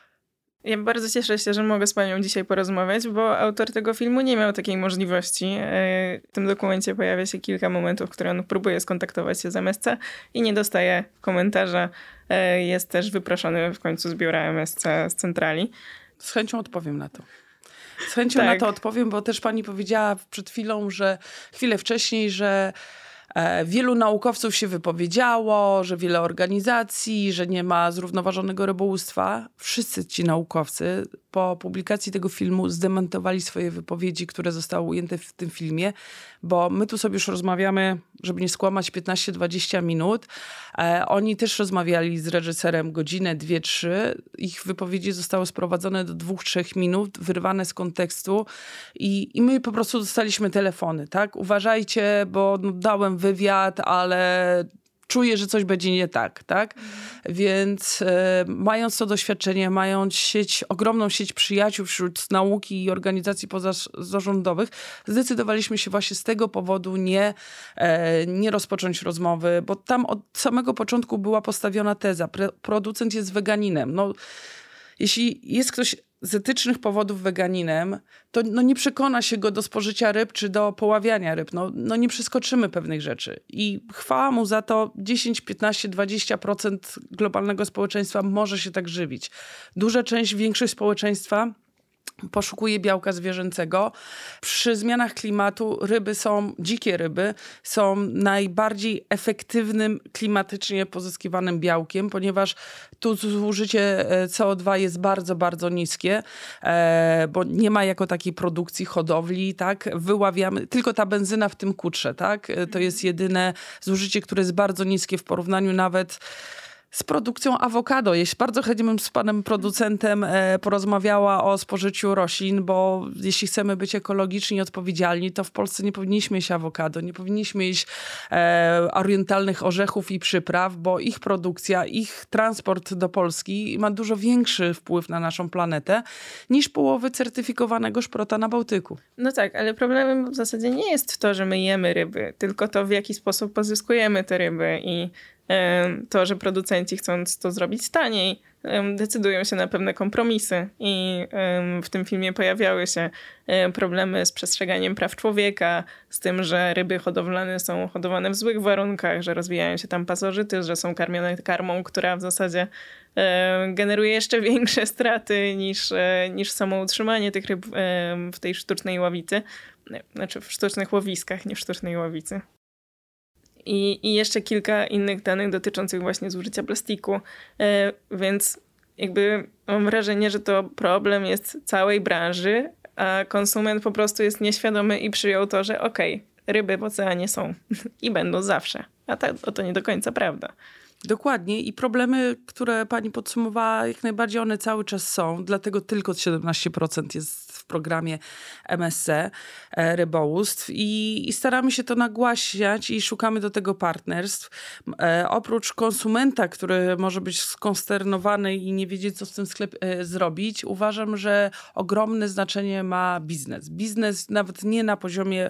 Ja bardzo cieszę się, że mogę z panią dzisiaj porozmawiać, bo autor tego filmu nie miał takiej możliwości. W tym dokumencie pojawia się kilka momentów, w których on próbuje skontaktować się z M S C i nie dostaje komentarza. Jest też wyproszony w końcu z biura M S C z centrali. Z chęcią odpowiem na to. Z chęcią tak. na to odpowiem, bo też pani powiedziała przed chwilą, że chwilę wcześniej, że e, wielu naukowców się wypowiedziało, że wiele organizacji, że nie ma zrównoważonego rybołówstwa. Wszyscy ci naukowcy po publikacji tego filmu zdementowali swoje wypowiedzi, które zostały ujęte w tym filmie, bo my tu sobie już rozmawiamy, żeby nie skłamać, piętnaście dwadzieścia minut. E, oni też rozmawiali z reżyserem godzinę, dwie, trzy. Ich wypowiedzi zostały sprowadzone do dwóch, trzech minut, wyrwane z kontekstu i, i my po prostu dostaliśmy telefony, tak? Uważajcie, bo no, dałem wywiad, ale czuję, że coś będzie nie tak, tak? Mhm. Więc e, mając to doświadczenie, mając sieć, ogromną sieć przyjaciół wśród nauki i organizacji pozarządowych, zdecydowaliśmy się właśnie z tego powodu nie, e, nie rozpocząć rozmowy, bo tam od samego początku była postawiona teza, pre, producent jest weganinem. No, jeśli jest ktoś z etycznych powodów weganinem, to no nie przekona się go do spożycia ryb czy do poławiania ryb. No, no nie przeskoczymy pewnych rzeczy. I chwała mu za to dziesięć, piętnaście, dwadzieścia procent globalnego społeczeństwa może się tak żywić. Duża część, większość społeczeństwa poszukuje białka zwierzęcego. Przy zmianach klimatu ryby są, dzikie ryby są najbardziej efektywnym klimatycznie pozyskiwanym białkiem, ponieważ tu zużycie C O dwa jest bardzo, bardzo niskie, e, bo nie ma jako takiej produkcji hodowli, tak? Wyławiamy, tylko ta benzyna w tym kutrze, tak? To jest jedyne zużycie, które jest bardzo niskie w porównaniu nawet z produkcją awokado. Jeśli bardzo chętnie bym z panem producentem e, porozmawiała o spożyciu roślin, bo jeśli chcemy być ekologiczni i odpowiedzialni, to w Polsce nie powinniśmy jeść awokado, nie powinniśmy jeść e, orientalnych orzechów i przypraw, bo ich produkcja, ich transport do Polski ma dużo większy wpływ na naszą planetę niż połowy certyfikowanego szprota na Bałtyku. No tak, ale problemem w zasadzie nie jest to, że my jemy ryby, tylko to, w jaki sposób pozyskujemy te ryby i to, że producenci, chcąc to zrobić taniej, decydują się na pewne kompromisy. I w tym filmie pojawiały się problemy z przestrzeganiem praw człowieka, z tym, że ryby hodowlane są hodowane w złych warunkach, że rozwijają się tam pasożyty, że są karmione karmą, która w zasadzie generuje jeszcze większe straty niż, niż samo utrzymanie tych ryb w tej sztucznej łowicy. Znaczy w sztucznych łowiskach, nie w sztucznej łowicy. I, I jeszcze kilka innych danych dotyczących właśnie zużycia plastiku. E, więc jakby mam wrażenie, że to problem jest całej branży, a konsument po prostu jest nieświadomy i przyjął to, że okej, okay, ryby w oceanie są i będą zawsze. A ta, to nie do końca prawda. Dokładnie i problemy, które pani podsumowała, jak najbardziej one cały czas są, dlatego tylko siedemnaście procent jest w programie M S C e, rybołówstw i, i staramy się to nagłaśniać i szukamy do tego partnerstw. E, oprócz konsumenta, który może być skonsternowany i nie wiedzieć, co z tym sklep e, zrobić, uważam, że ogromne znaczenie ma biznes. Biznes nawet nie na poziomie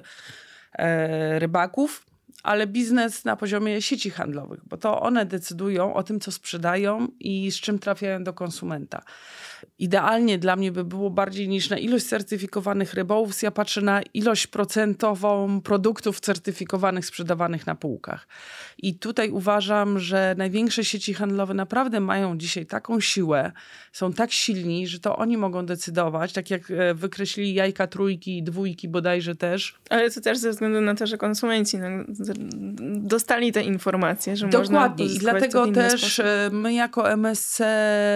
e, rybaków, ale biznes na poziomie sieci handlowych, bo to one decydują o tym, co sprzedają i z czym trafiają do konsumenta. Idealnie dla mnie by było bardziej niż na ilość certyfikowanych rybołówstw, ja patrzę na ilość procentową produktów certyfikowanych, sprzedawanych na półkach. I tutaj uważam, że największe sieci handlowe naprawdę mają dzisiaj taką siłę, są tak silni, że to oni mogą decydować, tak jak wykreślili jajka trójki i dwójki bodajże też. Ale to też ze względu na to, że konsumenci no, dostali te informacje, że Dokładnie. można pozyskać i dlatego to w inny też sposób. My jako M S C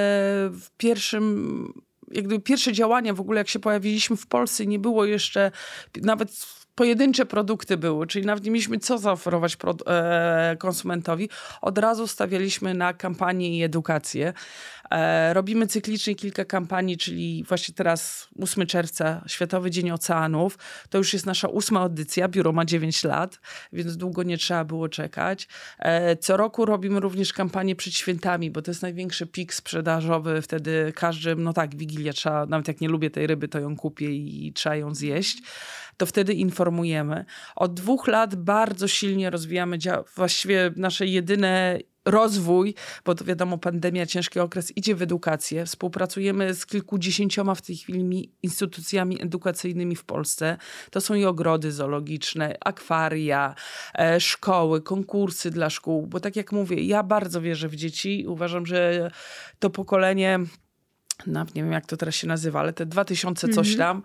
w pierwszym jakby pierwsze działania w ogóle jak się pojawiliśmy w Polsce nie było jeszcze nawet pojedyncze produkty były, czyli nawet nie mieliśmy co zaoferować pro, e, konsumentowi. Od razu stawialiśmy na kampanię i edukację. E, robimy cyklicznie kilka kampanii, czyli właśnie teraz ósmego czerwca, Światowy Dzień Oceanów. To już jest nasza ósma edycja. Biuro ma dziewięć lat, więc długo nie trzeba było czekać. E, co roku robimy również kampanię przed świętami, bo to jest największy pik sprzedażowy. Wtedy każdy, no tak, Wigilia trzeba, nawet jak nie lubię tej ryby, to ją kupię i trzeba ją zjeść. To wtedy informujemy. Od dwóch lat bardzo silnie rozwijamy dzia- właściwie nasze jedyne rozwój, bo to wiadomo, pandemia, ciężki okres, idzie w edukację. Współpracujemy z kilkudziesięcioma w tej chwili instytucjami edukacyjnymi w Polsce. To są i ogrody zoologiczne, akwaria, e, szkoły, konkursy dla szkół, bo tak jak mówię, ja bardzo wierzę w dzieci. Uważam, że to pokolenie... Nawet nie wiem, jak to teraz się nazywa, ale te dwa tysiące coś tam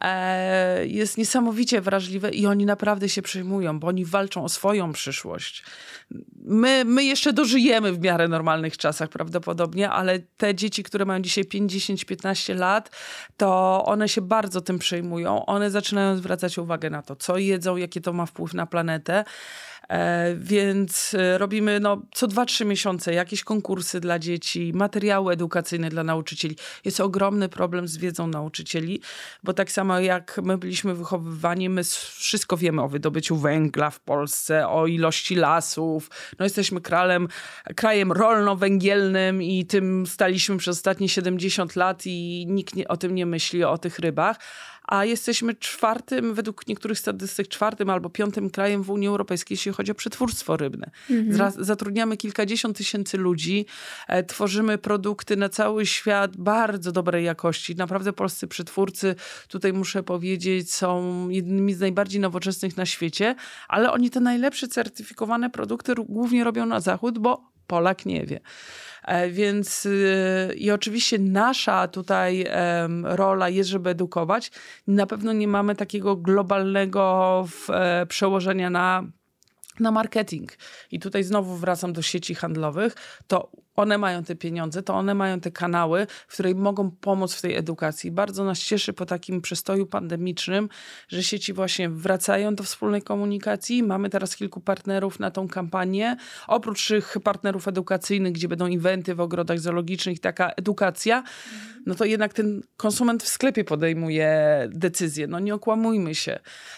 e, jest niesamowicie wrażliwe i oni naprawdę się przejmują, bo oni walczą o swoją przyszłość. My, my jeszcze dożyjemy w miarę normalnych czasach prawdopodobnie, ale te dzieci, które mają dzisiaj pięć, dziesięć, piętnaście lat, to one się bardzo tym przejmują. One zaczynają zwracać uwagę na to, co jedzą, jaki to ma wpływ na planetę. E, więc robimy no, co dwa, trzy miesiące jakieś konkursy dla dzieci, materiały edukacyjne dla nauczycieli. Jest ogromny problem z wiedzą nauczycieli, bo tak samo jak my byliśmy wychowywani, my wszystko wiemy o wydobyciu węgla w Polsce, o ilości lasów. No, jesteśmy kralem, krajem rolno-węgielnym i tym staliśmy przez ostatnie siedemdziesiąt lat i nikt nie, o tym nie myśli, o tych rybach. a jesteśmy czwartym, według niektórych statystyk czwartym albo piątym krajem w Unii Europejskiej, jeśli chodzi o przetwórstwo rybne. Mhm. Zatrudniamy kilkadziesiąt tysięcy ludzi, e, tworzymy produkty na cały świat bardzo dobrej jakości. Naprawdę polscy przetwórcy, tutaj muszę powiedzieć, są jednymi z najbardziej nowoczesnych na świecie, ale oni te najlepsze certyfikowane produkty głównie robią na zachód, bo Polak nie wie. E, więc yy, i oczywiście nasza tutaj e, rola jest, żeby edukować. Na pewno nie mamy takiego globalnego w, e, przełożenia na na marketing. I tutaj znowu wracam do sieci handlowych. To one mają te pieniądze, to one mają te kanały, w której mogą pomóc w tej edukacji. Bardzo nas cieszy po takim przestoju pandemicznym, że sieci właśnie wracają do wspólnej komunikacji. Mamy teraz kilku partnerów na tą kampanię. Oprócz tych partnerów edukacyjnych, gdzie będą eventy w ogrodach zoologicznych, taka edukacja, no to jednak ten konsument w sklepie podejmuje decyzję. No nie okłamujmy się,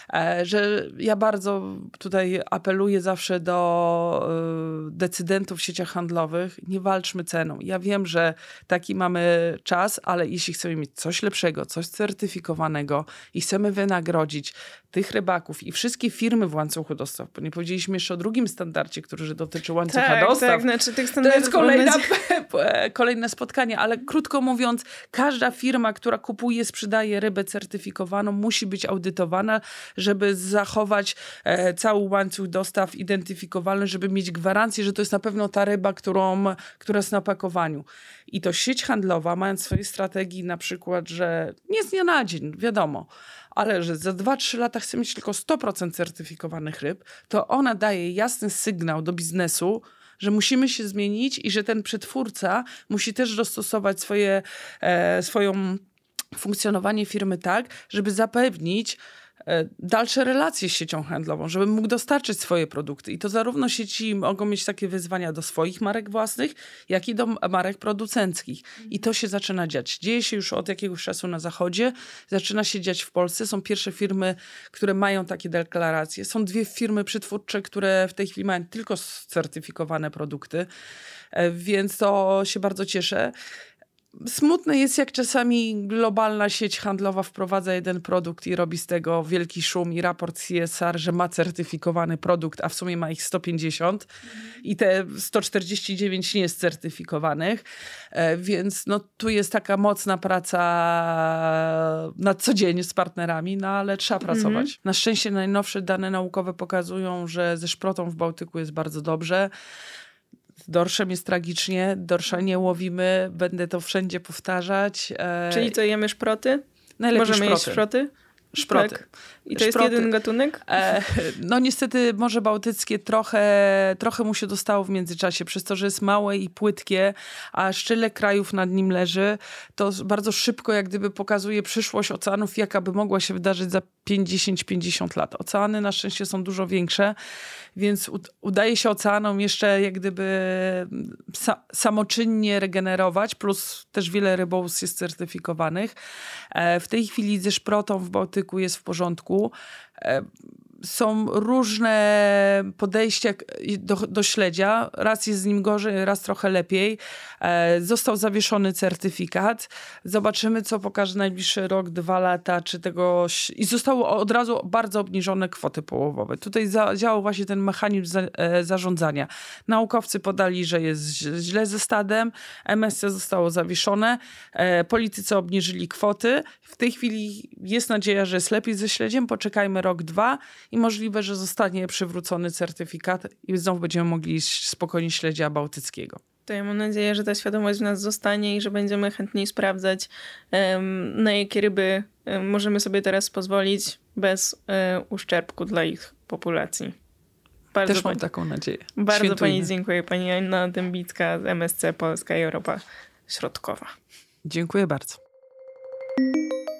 że ja bardzo tutaj apeluję zawsze do decydentów w sieciach handlowych. Nie walczmy ceną. Ja wiem, że taki mamy czas, ale jeśli chcemy mieć coś lepszego, coś certyfikowanego i chcemy wynagrodzić tych rybaków i wszystkie firmy w łańcuchu dostaw, bo nie powiedzieliśmy jeszcze o drugim standardzie, który dotyczy łańcucha tak, dostaw. Tak, znaczy tych to jest kolejna, kolejne spotkanie, ale krótko mówiąc, każda firma, która kupuje, sprzedaje rybę certyfikowaną, musi być audytowana, żeby zachować e, cały łańcuch dostaw identyfikowalny, żeby mieć gwarancję, że to jest na pewno ta ryba, którą, która jest na pakowaniu. I to sieć handlowa, mając swoje strategii na przykład, że nie z dnia na dzień, wiadomo, ale że za dwa trzy lata chce mieć tylko sto procent certyfikowanych ryb, to ona daje jasny sygnał do biznesu, że musimy się zmienić i że ten przetwórca musi też dostosować swoje, e, swoją funkcjonowanie firmy tak, żeby zapewnić e, dalsze relacje z siecią handlową, żeby mógł dostarczyć swoje produkty. I to zarówno sieci mogą mieć takie wyzwania do swoich marek własnych, jak i do marek producenckich. I to się zaczyna dziać. Dzieje się już od jakiegoś czasu na zachodzie, zaczyna się dziać w Polsce. Są pierwsze firmy, które mają takie deklaracje. Są dwie firmy przetwórcze, które w tej chwili mają tylko certyfikowane produkty, e, więc to się bardzo cieszę. Smutne jest, jak czasami globalna sieć handlowa wprowadza jeden produkt i robi z tego wielki szum i raport C S R, że ma certyfikowany produkt, a w sumie ma ich sto pięćdziesiąt mm. i te sto czterdzieści dziewięć nie jest certyfikowanych. E, więc no, tu jest taka mocna praca na co dzień z partnerami, no ale trzeba pracować. Mm. Na szczęście najnowsze dane naukowe pokazują, że ze szprotą w Bałtyku jest bardzo dobrze. Z dorszem jest tragicznie, dorsza nie łowimy, będę to wszędzie powtarzać. Czyli co, jemy szproty? Najlepiej Możemy szproty. jeść szproty? Szproty. Tak. I to Szproty. jest jeden gatunek? E, no niestety Morze Bałtyckie trochę, trochę mu się dostało w międzyczasie, przez to, że jest małe i płytkie, a szczyle krajów nad nim leży, to bardzo szybko jak gdyby pokazuje przyszłość oceanów, jaka by mogła się wydarzyć za pięćdziesiąt pięćdziesiąt lat. Oceany na szczęście są dużo większe, więc u, udaje się oceanom jeszcze jak gdyby sa, samoczynnie regenerować, plus też wiele rybołówstw jest certyfikowanych. E, w tej chwili ze szprotą w Bałtyku jest w porządku. E, są różne podejścia do, do śledzia. Raz jest z nim gorzej, raz trochę lepiej. E, został zawieszony certyfikat. Zobaczymy, co pokaże najbliższy rok, dwa lata, czy tego... I zostały od razu bardzo obniżone kwoty połowowe. Tutaj zadziałał właśnie ten mechanizm za, e, zarządzania. Naukowcy podali, że jest źle ze stadem. M S C zostało zawieszone. E, politycy obniżyli kwoty. W tej chwili jest nadzieja, że jest lepiej ze śledziem. Poczekajmy rok, dwa i możliwe, że zostanie przywrócony certyfikat i znowu będziemy mogli iść spokojnie śledzia bałtyckiego. To ja mam nadzieję, że ta świadomość w nas zostanie i że będziemy chętniej sprawdzać, um, na jakie ryby um, możemy sobie teraz pozwolić bez um, uszczerbku dla ich populacji. Bardzo Też mam pani, taką nadzieję. Bardzo Świętujmy. pani dziękuję. Pani Anna Dębicka z M S C Polska i Europa Środkowa. Dziękuję bardzo.